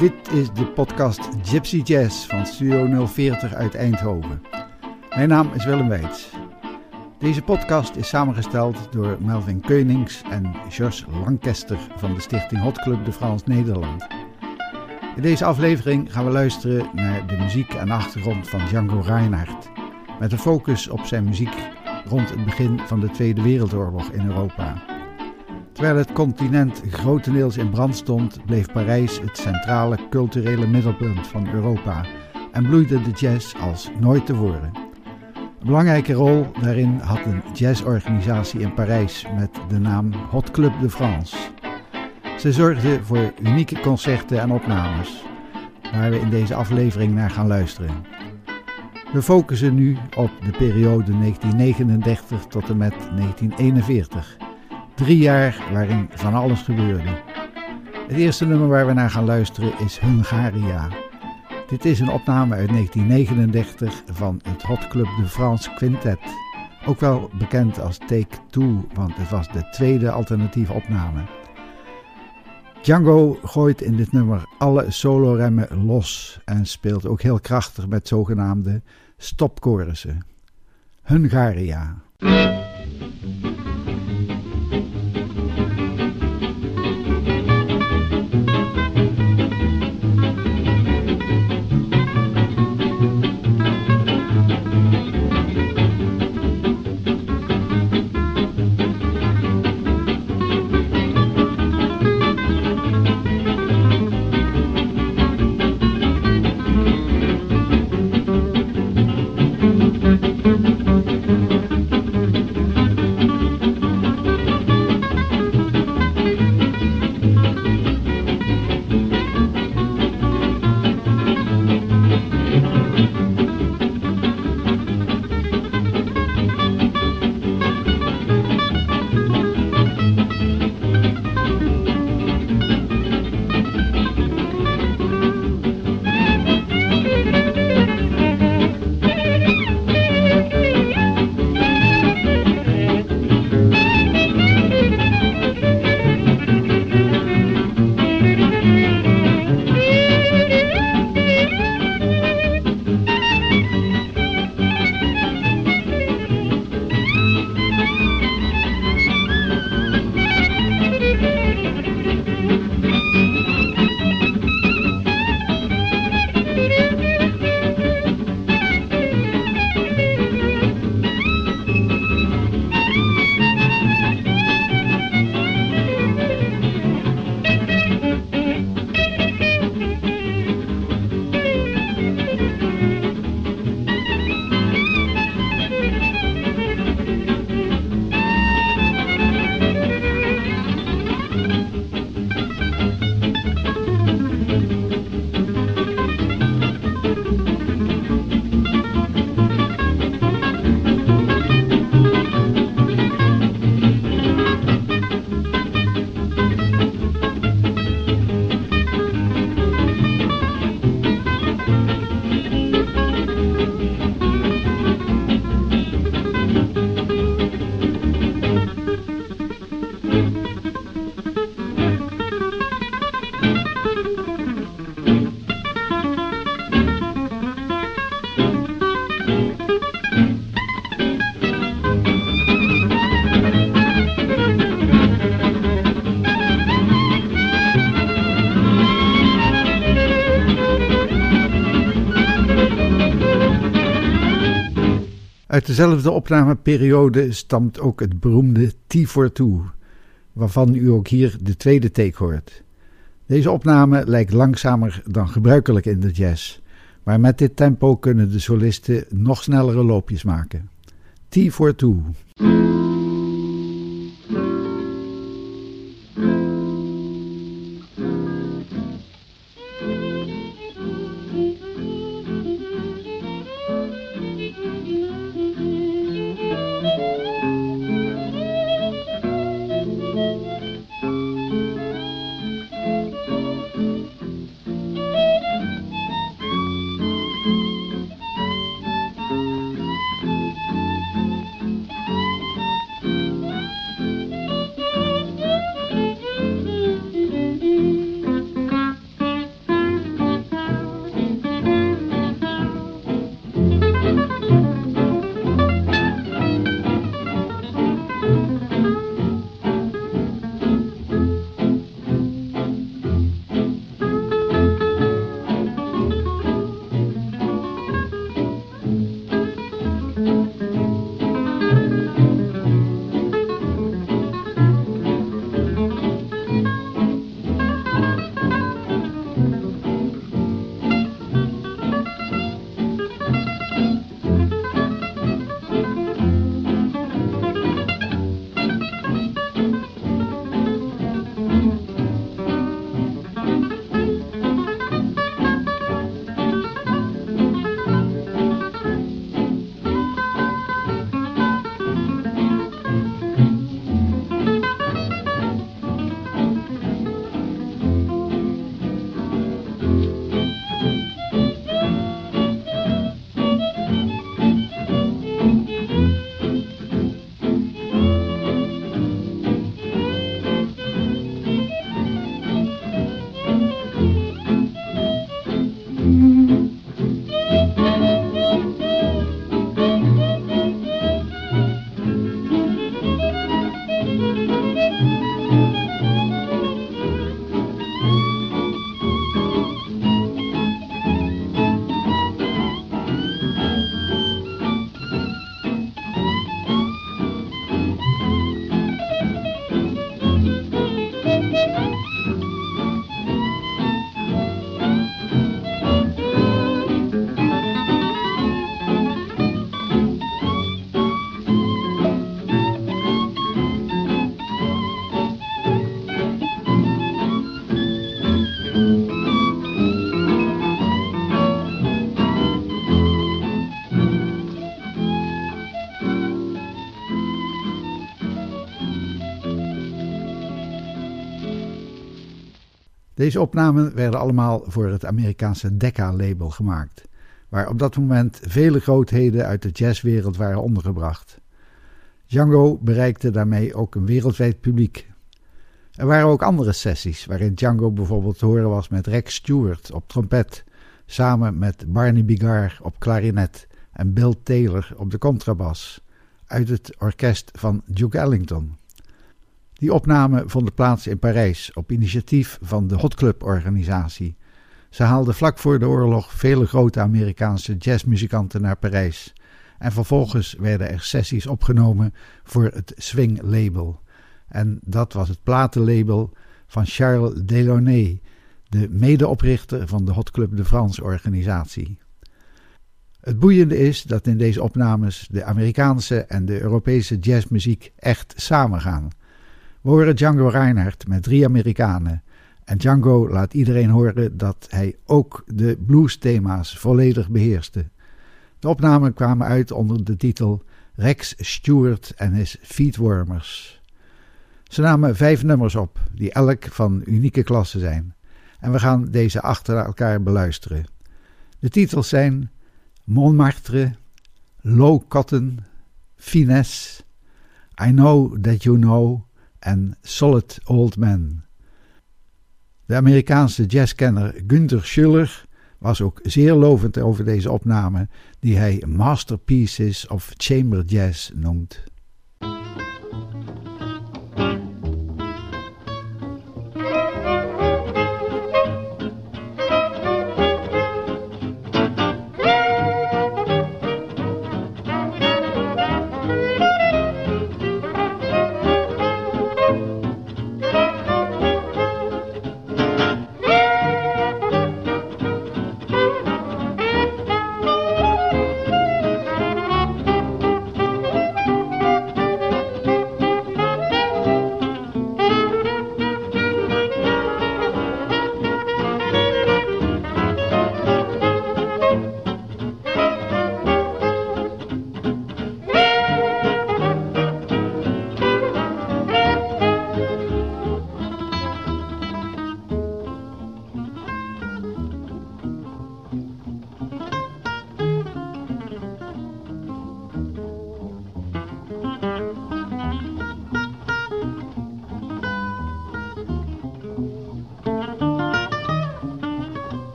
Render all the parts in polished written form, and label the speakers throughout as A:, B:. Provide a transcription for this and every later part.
A: Dit is de podcast Gypsy Jazz van Studio 040 uit Eindhoven. Mijn naam is Willem Weits. Deze podcast is samengesteld door Melvin Keunings en Georges Lancaster van de stichting Hot Club de France Nederland. In deze aflevering gaan we luisteren naar de muziek en achtergrond van Django Reinhardt, met een focus op zijn muziek rond het begin van de Tweede Wereldoorlog in Europa. Terwijl het continent grotendeels in brand stond, bleef Parijs het centrale culturele middelpunt van Europa en bloeide de jazz als nooit tevoren. Een belangrijke rol daarin had een jazzorganisatie in Parijs met de naam Hot Club de France. Ze zorgde voor unieke concerten en opnames, waar we in deze aflevering naar gaan luisteren. We focussen nu op de periode 1939 tot en met 1941. 3 jaar waarin van alles gebeurde. Het eerste nummer waar we naar gaan luisteren is Hungaria. Dit is een opname uit 1939 van het Hot Club de France Quintet. Ook wel bekend als Take 2, want het was de tweede alternatieve opname. Django gooit in dit nummer alle soloremmen los en speelt ook heel krachtig met zogenaamde stopchorussen. Hungaria. Uit dezelfde opnameperiode stamt ook het beroemde T42, waarvan u ook hier de tweede take hoort. Deze opname lijkt langzamer dan gebruikelijk in de jazz, maar met dit tempo kunnen de solisten nog snellere loopjes maken. T42. Deze opnamen werden allemaal voor het Amerikaanse Decca-label gemaakt, waar op dat moment vele grootheden uit de jazzwereld waren ondergebracht. Django bereikte daarmee ook een wereldwijd publiek. Er waren ook andere sessies waarin Django bijvoorbeeld te horen was met Rex Stewart op trompet, samen met Barney Bigar op klarinet en Bill Taylor op de contrabas, uit het orkest van Duke Ellington. Die opnamen vonden plaats in Parijs op initiatief van de Hot Club-organisatie. Ze haalden vlak voor de oorlog vele grote Amerikaanse jazzmuzikanten naar Parijs en vervolgens werden er sessies opgenomen voor het Swing Label. En dat was het platenlabel van Charles Delaunay, de medeoprichter van de Hot Club de France organisatie. Het boeiende is dat in deze opnames de Amerikaanse en de Europese jazzmuziek echt samengaan. We horen Django Reinhardt met 3 Amerikanen en Django laat iedereen horen dat hij ook de bluesthema's volledig beheerste. De opnamen kwamen uit onder de titel Rex Stewart en his Feetwarmers. Ze namen 5 nummers op, die elk van unieke klasse zijn. En we gaan deze achter elkaar beluisteren. De titels zijn Montmartre, Low Cotton, Finesse, I Know That You Know en Solid Old Man. De Amerikaanse jazzkenner Günther Schuller was ook zeer lovend over deze opname, die hij Masterpieces of Chamber Jazz noemt.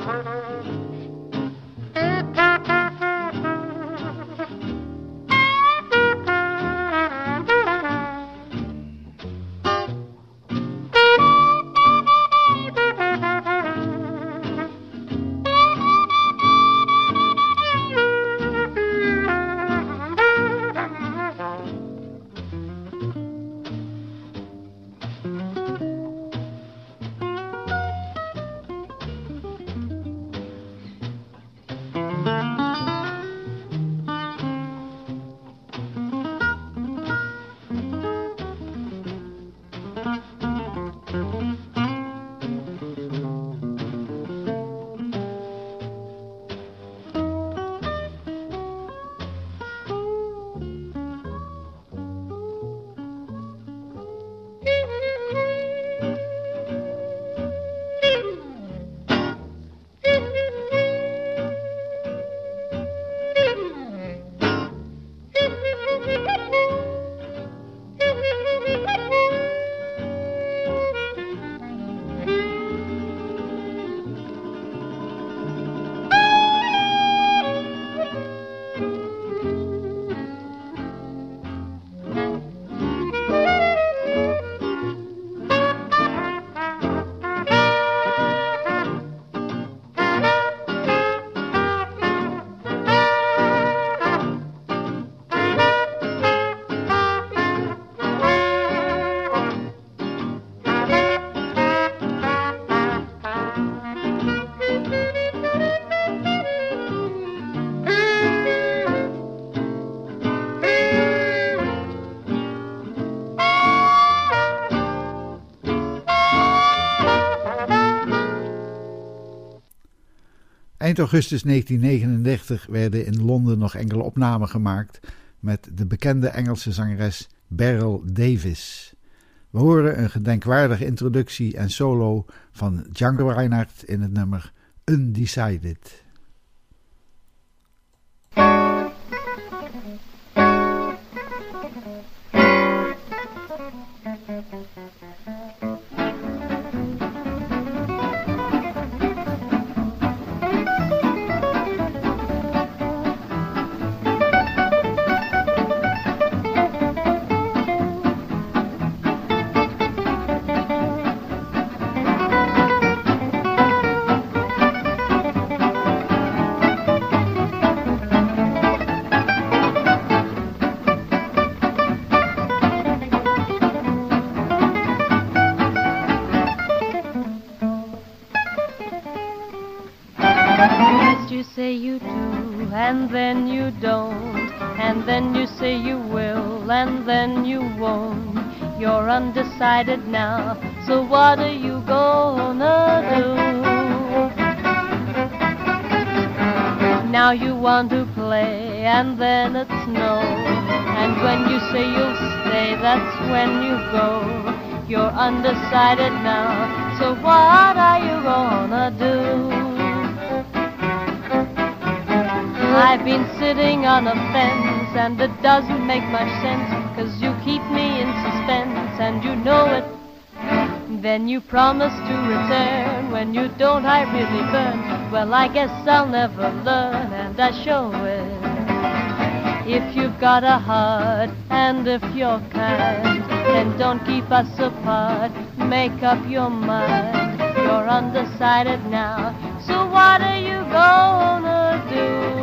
A: Eind augustus 1939 werden in Londen nog enkele opnamen gemaakt met de bekende Engelse zangeres Beryl Davis. We horen een gedenkwaardige introductie en solo van Django Reinhardt in het nummer Undecided.
B: say you do, and then you don't, and then you say you will, and then you won't. You're undecided now, so what are you gonna do? Now you want to play, and then it's no, and when you say you'll stay, that's when you go. You're undecided now, so what are you gonna do? I've been sitting on a fence, and it doesn't make much sense, 'cause you keep me in suspense, and you know it. Then you promise to return, when you don't I really burn. Well, I guess I'll never learn, and I show it. If you've got a heart, and if you're kind, then don't keep us apart, make up your mind. You're undecided now, so what are you gonna do?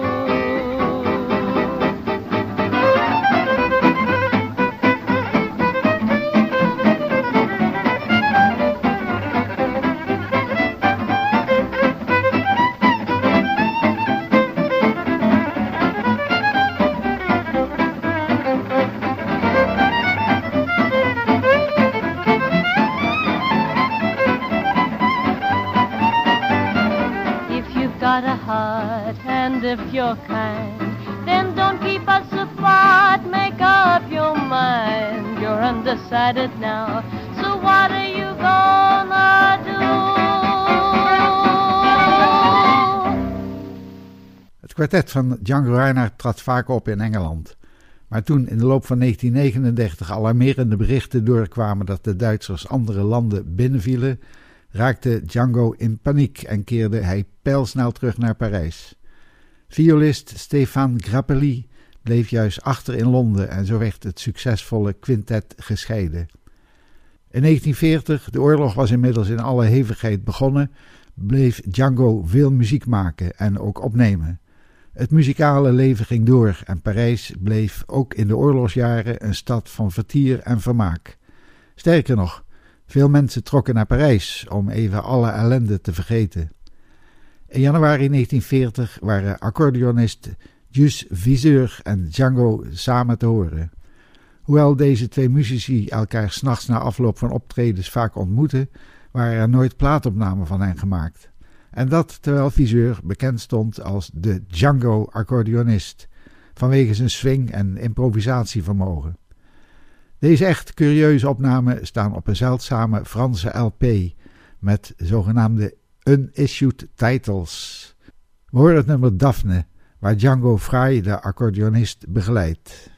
B: Got a heart, and if you're kind, then don't keep us apart, make up your mind. You're undecided now, so what are you gonna do?
A: Het kwartet van Django Reinhardt trad vaak op in Engeland. Maar toen in de loop van 1939 alarmerende berichten doorkwamen dat de Duitsers andere landen binnenvielen, raakte Django in paniek en keerde hij pijlsnel terug naar Parijs. Violist Stéphane Grappelli bleef juist achter in Londen en zo werd het succesvolle quintet gescheiden. In 1940, de oorlog was inmiddels in alle hevigheid begonnen, bleef Django veel muziek maken en ook opnemen. Het muzikale leven ging door en Parijs bleef ook in de oorlogsjaren een stad van vertier en vermaak. Sterker nog, veel mensen trokken naar Parijs om even alle ellende te vergeten. In januari 1940 waren accordeonist Gus Viseur en Django samen te horen. Hoewel deze twee muzici elkaar 's nachts na afloop van optredens vaak ontmoetten, waren er nooit plaatopnamen van hen gemaakt. En dat terwijl Viseur bekend stond als de Django-accordeonist, vanwege zijn swing en improvisatievermogen. Deze echt curieuze opnamen staan op een zeldzame Franse LP met zogenaamde unissued titles. We horen het nummer Daphne, waar Django Frey de accordeonist begeleidt.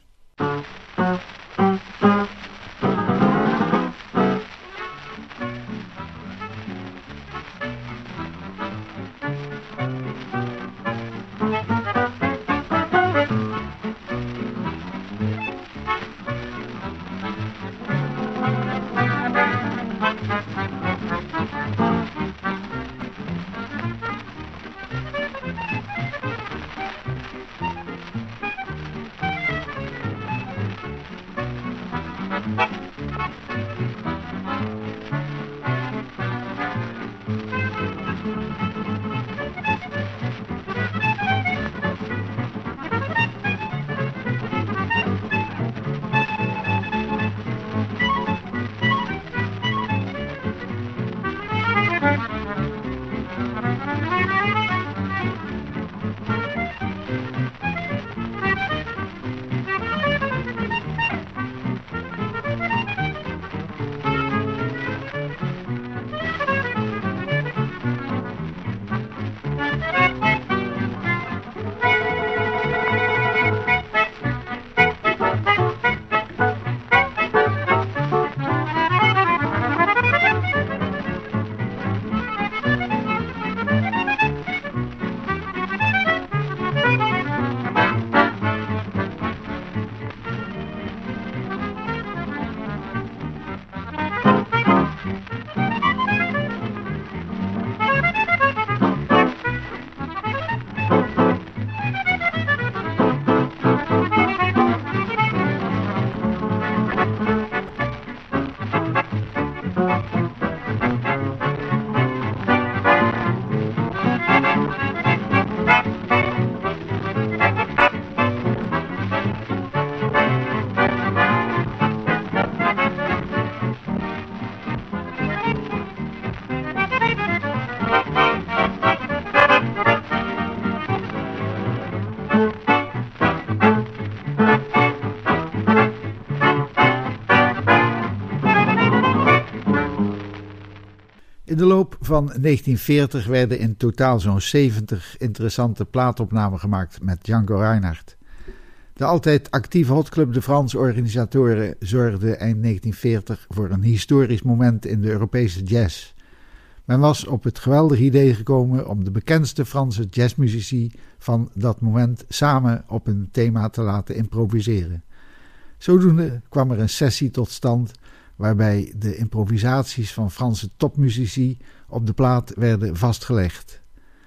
A: In de loop van 1940 werden in totaal zo'n 70 interessante plaatopnamen gemaakt met Django Reinhardt. De altijd actieve Hot Club de France organisatoren zorgden eind 1940 voor een historisch moment in de Europese jazz. Men was op het geweldige idee gekomen om de bekendste Franse jazzmuzici van dat moment samen op een thema te laten improviseren. Zodoende kwam er een sessie tot stand waarbij de improvisaties van Franse topmuzici op de plaat werden vastgelegd.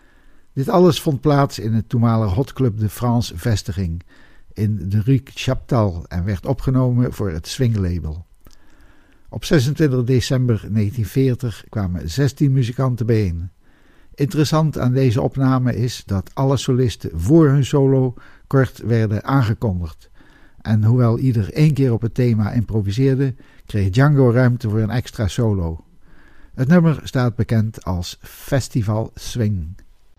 A: Dit alles vond plaats in het toenmalige Hot Club de France vestiging in de Rue Chaptal en werd opgenomen voor het swinglabel. Op 26 december 1940 kwamen 16 muzikanten bijeen. Interessant aan deze opname is dat alle solisten voor hun solo kort werden aangekondigd. En hoewel ieder 1 keer op het thema improviseerde, kreeg Django ruimte voor een extra solo. Het nummer staat bekend als Festival Swing.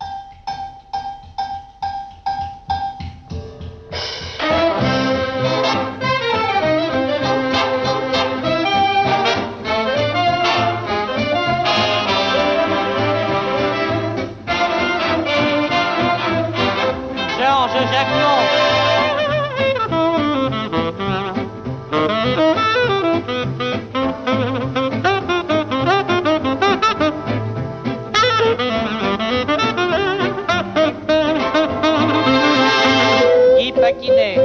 C: Georges Jacquemont. matinée.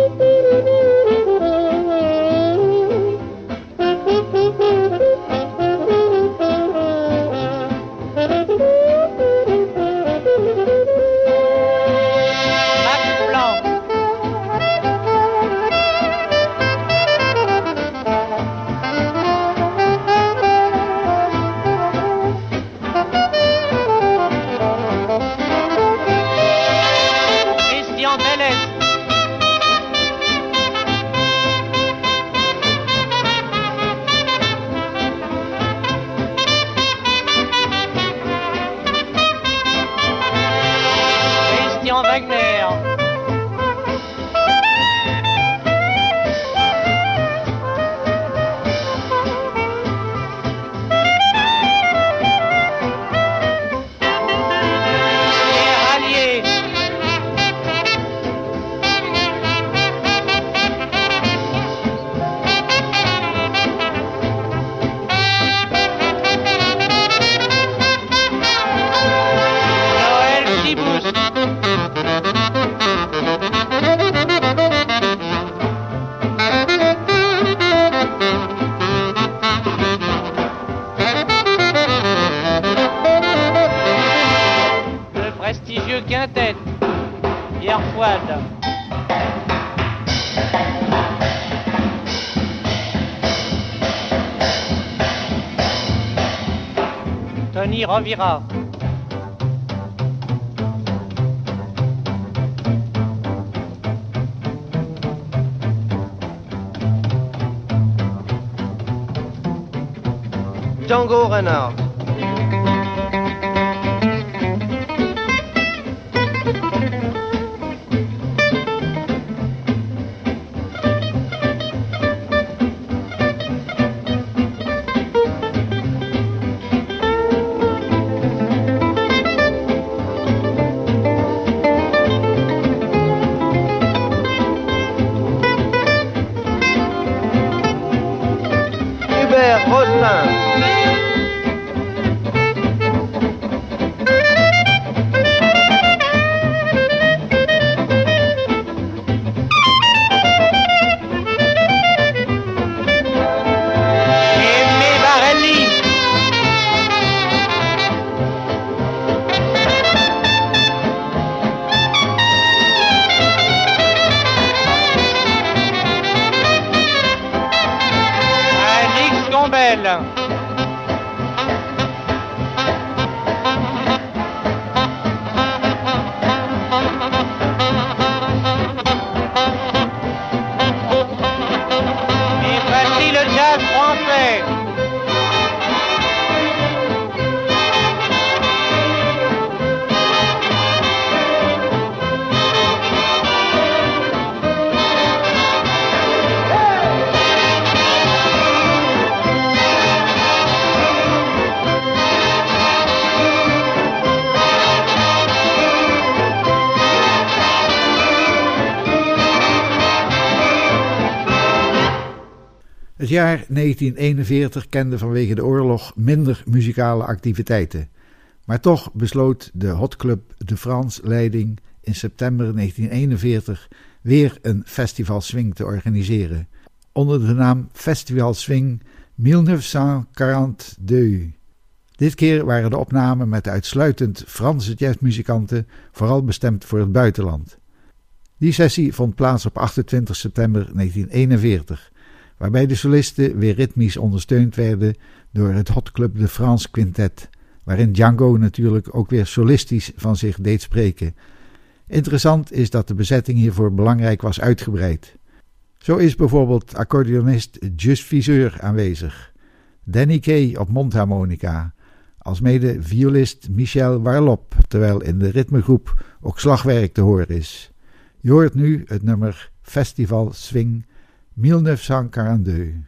C: Quintette, Pierre Fouad. Tony Rovira. Django Reinhardt.
A: Het jaar 1941 kende vanwege de oorlog minder muzikale activiteiten. Maar toch besloot de Hot Club de France leiding in september 1941 weer een festival swing te organiseren. Onder de naam Festival Swing 1942. Dit keer waren de opnamen met uitsluitend Franse jazzmuzikanten vooral bestemd voor het buitenland. Die sessie vond plaats op 28 september 1941, waarbij de solisten weer ritmisch ondersteund werden door het Hot Club de France Quintet, waarin Django natuurlijk ook weer solistisch van zich deed spreken. Interessant is dat de bezetting hiervoor belangrijk was uitgebreid. Zo is bijvoorbeeld accordeonist Just Viseur aanwezig, Danny Kaye op mondharmonica, alsmede violist Michel Warlop, terwijl in de ritmegroep ook slagwerk te horen is. Je hoort nu het nummer Festival Swing 1942.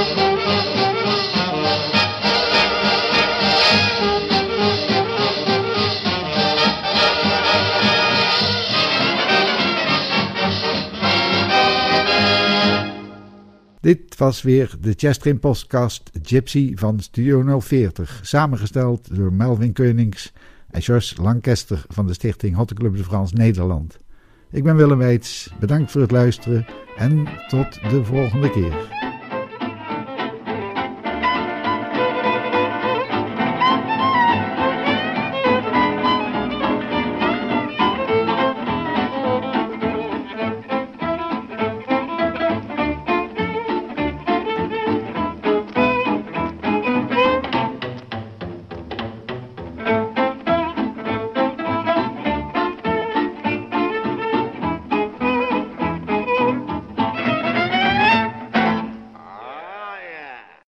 A: Dit was weer de Jazztrain podcast Gypsy van Studio 040, samengesteld door Melvin Keunings en Georges Lancaster van de stichting Hotte Club de France Nederland. Ik ben Willem Weits, bedankt voor het luisteren en tot de volgende keer.